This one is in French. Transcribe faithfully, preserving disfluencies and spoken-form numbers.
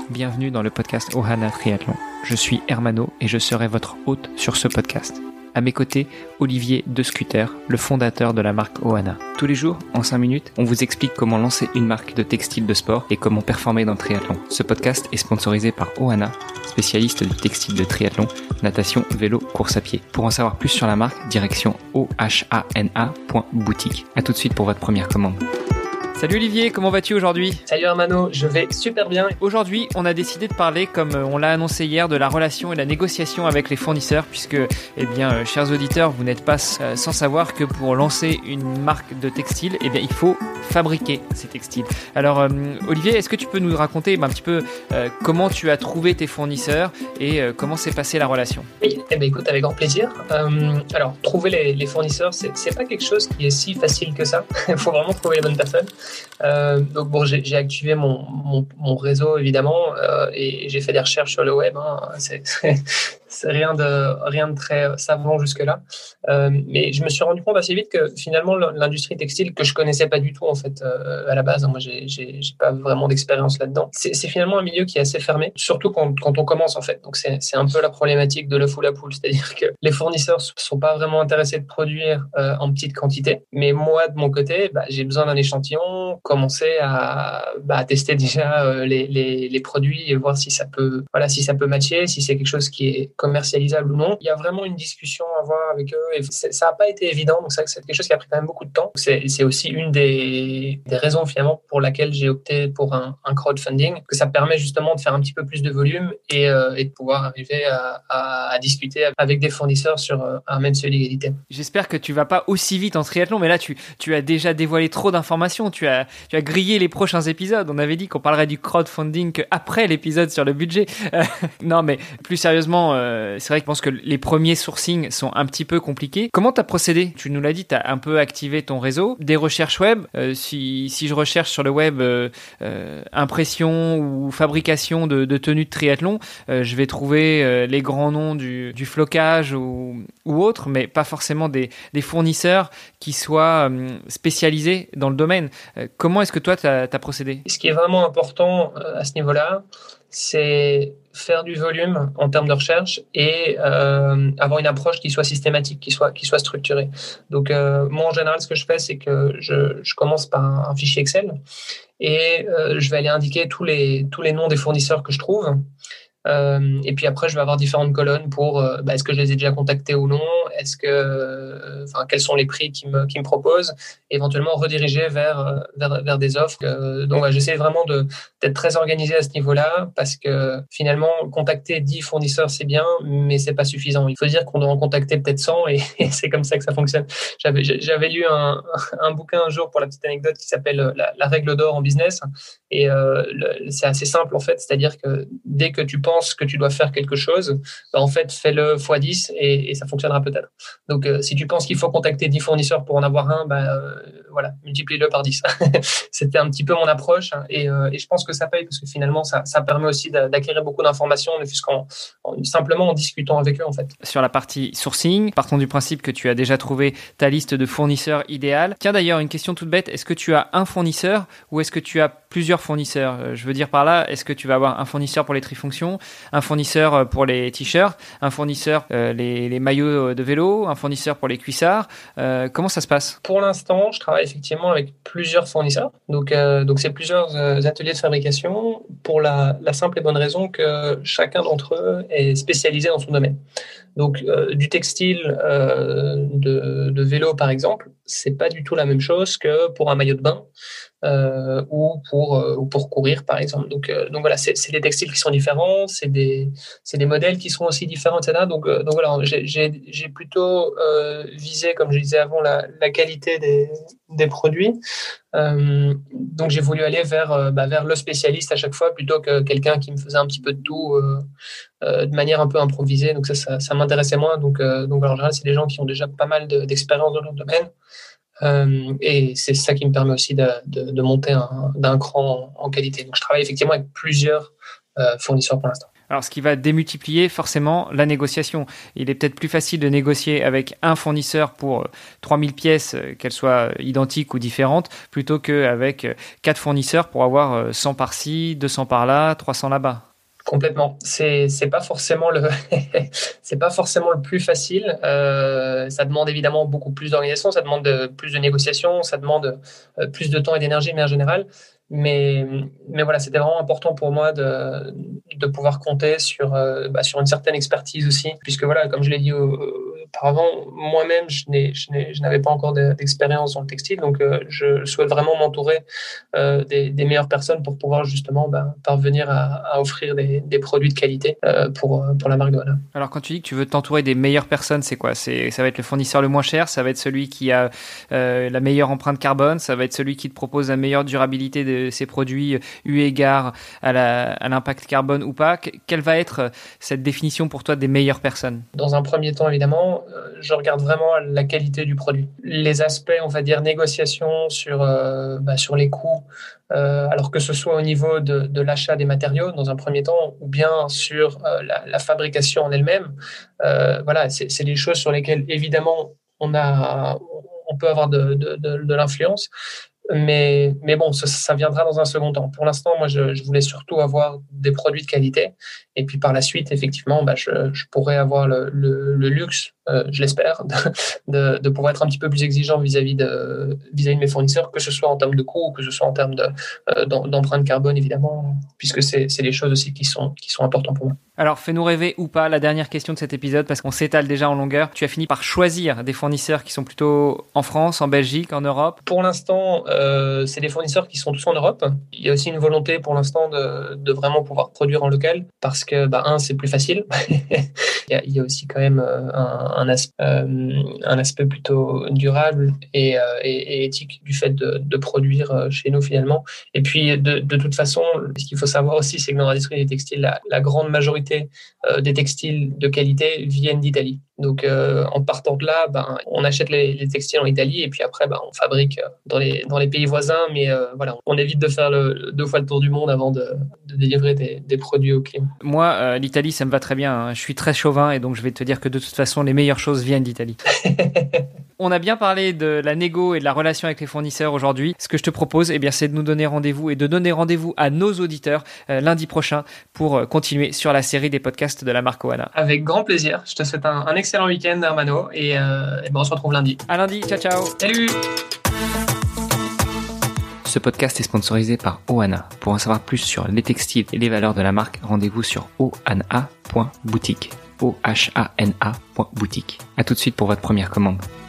bienvenue dans le podcast Ohana Triathlon. Je suis Hermano et je serai votre hôte sur ce podcast. À mes côtés, Olivier De Scuter, le fondateur de la marque Ohana. Tous les jours, en cinq minutes, on vous explique comment lancer une marque de textile de sport et comment performer dans le triathlon. Ce podcast est sponsorisé par Ohana, spécialiste du textile de triathlon, natation, vélo, course à pied. Pour en savoir plus sur la marque, direction ohana point boutique. À tout de suite pour votre première commande. Salut Olivier, comment vas-tu aujourd'hui ? Salut Hermano, je vais super bien. Aujourd'hui, on a décidé de parler, comme on l'a annoncé hier, de la relation et la négociation avec les fournisseurs, puisque, eh bien, euh, chers auditeurs, vous n'êtes pas euh, sans savoir que pour lancer une marque de textile, eh bien, il faut fabriquer ces textiles. Alors, euh, Olivier, est-ce que tu peux nous raconter ben, un petit peu euh, comment tu as trouvé tes fournisseurs et euh, comment s'est passée la relation ? Oui, eh bien, écoute, avec grand plaisir. Euh, alors, trouver les, les fournisseurs, c'est, c'est pas quelque chose qui est si facile que ça. Il faut vraiment trouver les bonnes personnes. Euh, donc bon, j'ai, j'ai activé mon, mon, mon réseau évidemment euh, et j'ai fait des recherches sur le web. Hein. C'est, c'est, c'est rien de rien de très savant jusque là. Euh, mais je me suis rendu compte assez vite que finalement l'industrie textile que je connaissais pas du tout en fait euh, à la base. Hein, moi, j'ai, j'ai j'ai pas vraiment d'expérience là-dedans. C'est, c'est finalement un milieu qui est assez fermé, surtout quand quand on commence en fait. Donc c'est c'est un peu la problématique de l'œuf ou la poule, c'est-à-dire que les fournisseurs sont pas vraiment intéressés de produire euh, en petite quantité. Mais moi de mon côté, bah, j'ai besoin d'un échantillon. Commencer à, bah, à tester déjà euh, les, les, les produits et voir si ça peut, voilà, si ça peut matcher, si c'est quelque chose qui est commercialisable ou non. Il y a vraiment une discussion à avoir avec eux et ça n'a pas été évident, donc c'est, c'est quelque chose qui a pris quand même beaucoup de temps. C'est, c'est aussi une des, des raisons finalement pour laquelle j'ai opté pour un, un crowdfunding, que ça permet justement de faire un petit peu plus de volume et, euh, et de pouvoir arriver à, à, à discuter avec des fournisseurs sur un même seuil d'égalité. J'espère que tu vas pas aussi vite en triathlon, mais là tu, tu as déjà dévoilé trop d'informations, tu as Tu as grillé les prochains épisodes. On avait dit qu'on parlerait du crowdfunding qu'après l'épisode sur le budget. Euh, non, mais plus sérieusement, euh, c'est vrai que je pense que les premiers sourcings sont un petit peu compliqués. Comment tu as procédé ? Tu nous l'as dit, tu as un peu activé ton réseau. Des recherches web. Euh, si, si je recherche sur le web euh, euh, impression ou fabrication de, de tenues de triathlon, euh, je vais trouver euh, les grands noms du, du flocage ou, ou autres, mais pas forcément des, des fournisseurs qui soient euh, spécialisés dans le domaine. Euh, Comment est-ce que toi, tu as procédé ? Ce qui est vraiment important à ce niveau-là, c'est faire du volume en termes de recherche et euh, avoir une approche qui soit systématique, qui soit, qui soit structurée. Donc, euh, moi, en général, ce que je fais, c'est que je, je commence par un, un fichier Excel et euh, je vais aller indiquer tous les, tous les noms des fournisseurs que je trouve. Euh, et puis après, je vais avoir différentes colonnes pour euh, bah, est-ce que je les ai déjà contactés ou non, est-ce que, euh, enfin, quels sont les prix qu'ils me, qu'ils me proposent, et éventuellement rediriger vers, vers, vers des offres. Euh, donc, ouais, j'essaie vraiment de, d'être très organisé à ce niveau-là parce que finalement, contacter dix fournisseurs, c'est bien, mais c'est pas suffisant. Il faut dire qu'on doit en contacter peut-être cent et, et c'est comme ça que ça fonctionne. J'avais, j'avais lu un, un bouquin un jour pour la petite anecdote qui s'appelle La, la règle d'or en business et euh, le, c'est assez simple en fait, c'est-à-dire que dès que tu penses que tu dois faire quelque chose, bah en fait, fais-le fois dix et, et ça fonctionnera peut-être. Donc, euh, si tu penses qu'il faut contacter dix fournisseurs pour en avoir un, bah, euh, voilà, multiplie-le par dix. C'était un petit peu mon approche et, euh, et je pense que ça paye parce que finalement, ça, ça permet aussi d'acquérir beaucoup d'informations, ne fût-ce qu'en en, simplement en discutant avec eux, en fait. Sur la partie sourcing, partons du principe que tu as déjà trouvé ta liste de fournisseurs idéale. Tiens, d'ailleurs, une question toute bête, est-ce que tu as un fournisseur ou est-ce que tu as plusieurs fournisseurs ? Je veux dire par là, est-ce que tu vas avoir un fournisseur pour les trifonctions, un fournisseur pour les t-shirts, un fournisseur euh, les, les maillots de vélo, un fournisseur pour les cuissards. Euh, comment ça se passe ? Pour l'instant, je travaille effectivement avec plusieurs fournisseurs. Donc, euh, donc c'est plusieurs euh, ateliers de fabrication pour la, la simple et bonne raison que chacun d'entre eux est spécialisé dans son domaine. Donc, euh, du textile euh, de, de vélo, par exemple, c'est pas du tout la même chose que pour un maillot de bain euh, ou pour euh, ou pour courir, par exemple. Donc, euh, donc voilà, c'est, c'est des textiles qui sont différents, c'est des c'est des modèles qui sont aussi différents, et cetera. Donc, euh, donc voilà, j'ai j'ai, j'ai plutôt euh, visé, comme je disais avant, la, la qualité des des produits. Euh, donc, j'ai voulu aller vers euh, bah, vers le spécialiste à chaque fois plutôt que quelqu'un qui me faisait un petit peu de tout. Euh, Euh, de manière un peu improvisée, donc ça, ça, ça m'intéressait moins. Donc, euh, donc en général, c'est des gens qui ont déjà pas mal de, d'expérience dans leur domaine, euh, et c'est ça qui me permet aussi de, de, de monter un, d'un cran en, en qualité. Donc, je travaille effectivement avec plusieurs euh, fournisseurs pour l'instant. Alors, ce qui va démultiplier forcément la négociation. Il est peut-être plus facile de négocier avec un fournisseur pour euh, trois mille pièces, euh, qu'elles soient identiques ou différentes, plutôt qu'avec euh, quatre fournisseurs pour avoir euh, cent par-ci, deux cents par-là, trois cents là-bas. Complètement. C'est c'est pas forcément le c'est pas forcément le plus facile. Euh, ça demande évidemment beaucoup plus d'organisation, ça demande de, plus de négociations, ça demande euh, plus de temps et d'énergie, mais en général. Mais mais voilà, c'était vraiment important pour moi de de pouvoir compter sur euh, bah, sur une certaine expertise aussi, puisque voilà, comme je l'ai dit au, auparavant, moi-même je n'ai je n'ai je n'avais pas encore de, d'expérience dans le textile, donc euh, je souhaite vraiment m'entourer euh, des des meilleures personnes pour pouvoir justement bah, parvenir à, à offrir des des produits de qualité euh, pour, pour la marque Oana. Alors, quand tu dis que tu veux t'entourer des meilleures personnes, c'est quoi? C'est, ça va être le fournisseur le moins cher, ça va être celui qui a euh, la meilleure empreinte carbone, ça va être celui qui te propose la meilleure durabilité de ses produits eu égard à, la, à l'impact carbone ou pas. Quelle va être cette définition pour toi des meilleures personnes? Dans un premier temps, évidemment, je regarde vraiment la qualité du produit. Les aspects, on va dire, négociation sur, euh, bah, sur les coûts, Euh, alors que ce soit au niveau de, de l'achat des matériaux dans un premier temps ou bien sur euh, la, la fabrication en elle-même. Euh, voilà, c'est, c'est des choses sur lesquelles évidemment on a, on peut avoir de, de, de, de l'influence. Mais, mais bon, ça, ça viendra dans un second temps. Pour l'instant, moi, je, je voulais surtout avoir des produits de qualité. Et puis par la suite, effectivement, bah, je, je pourrais avoir le, le, le luxe, euh, je l'espère, de, de, de pouvoir être un petit peu plus exigeant vis-à-vis de, vis-à-vis de mes fournisseurs, que ce soit en termes de coûts ou que ce soit en termes de, euh, d'empreinte carbone, évidemment, puisque c'est, c'est des choses aussi qui sont, qui sont importantes pour moi. Alors, fais-nous rêver ou pas, la dernière question de cet épisode, parce qu'on s'étale déjà en longueur. Tu as fini par choisir des fournisseurs qui sont plutôt en France, en Belgique, en Europe? Pour l'instant, euh, c'est des fournisseurs qui sont tous en Europe. Il y a aussi une volonté pour l'instant de, de vraiment pouvoir produire en local, parce que, bah, un, c'est plus facile. il, y a, il y a aussi quand même un, un, aspect, euh, un aspect plutôt durable et, euh, et, et éthique du fait de, de produire chez nous finalement. Et puis, de, de toute façon, ce qu'il faut savoir aussi, c'est que dans l'industrie des textiles, la, la grande majorité des textiles de qualité viennent d'Italie. Donc, euh, en partant de là, ben, on achète les, les textiles en Italie et puis après, ben, on fabrique dans les, dans les pays voisins. Mais euh, voilà, on évite de faire le, deux fois le tour du monde avant de, de délivrer des, des produits au client. Moi, euh, l'Italie, ça me va très bien. Hein. Je suis très chauvin et donc je vais te dire que de toute façon, les meilleures choses viennent d'Italie. On a bien parlé de la négo et de la relation avec les fournisseurs aujourd'hui. Ce que je te propose, eh bien, c'est de nous donner rendez-vous et de donner rendez-vous à nos auditeurs euh, lundi prochain pour euh, continuer sur la série des podcasts de la marque Oana. Avec grand plaisir. Je te souhaite un, un excellent week-end, Hermano, et, euh, et ben on se retrouve lundi. À lundi. Ciao, ciao. Salut. Ce podcast est sponsorisé par Oana. Pour en savoir plus sur les textiles et les valeurs de la marque, rendez-vous sur oana point boutique. O H A N A point boutique. À tout de suite pour votre première commande.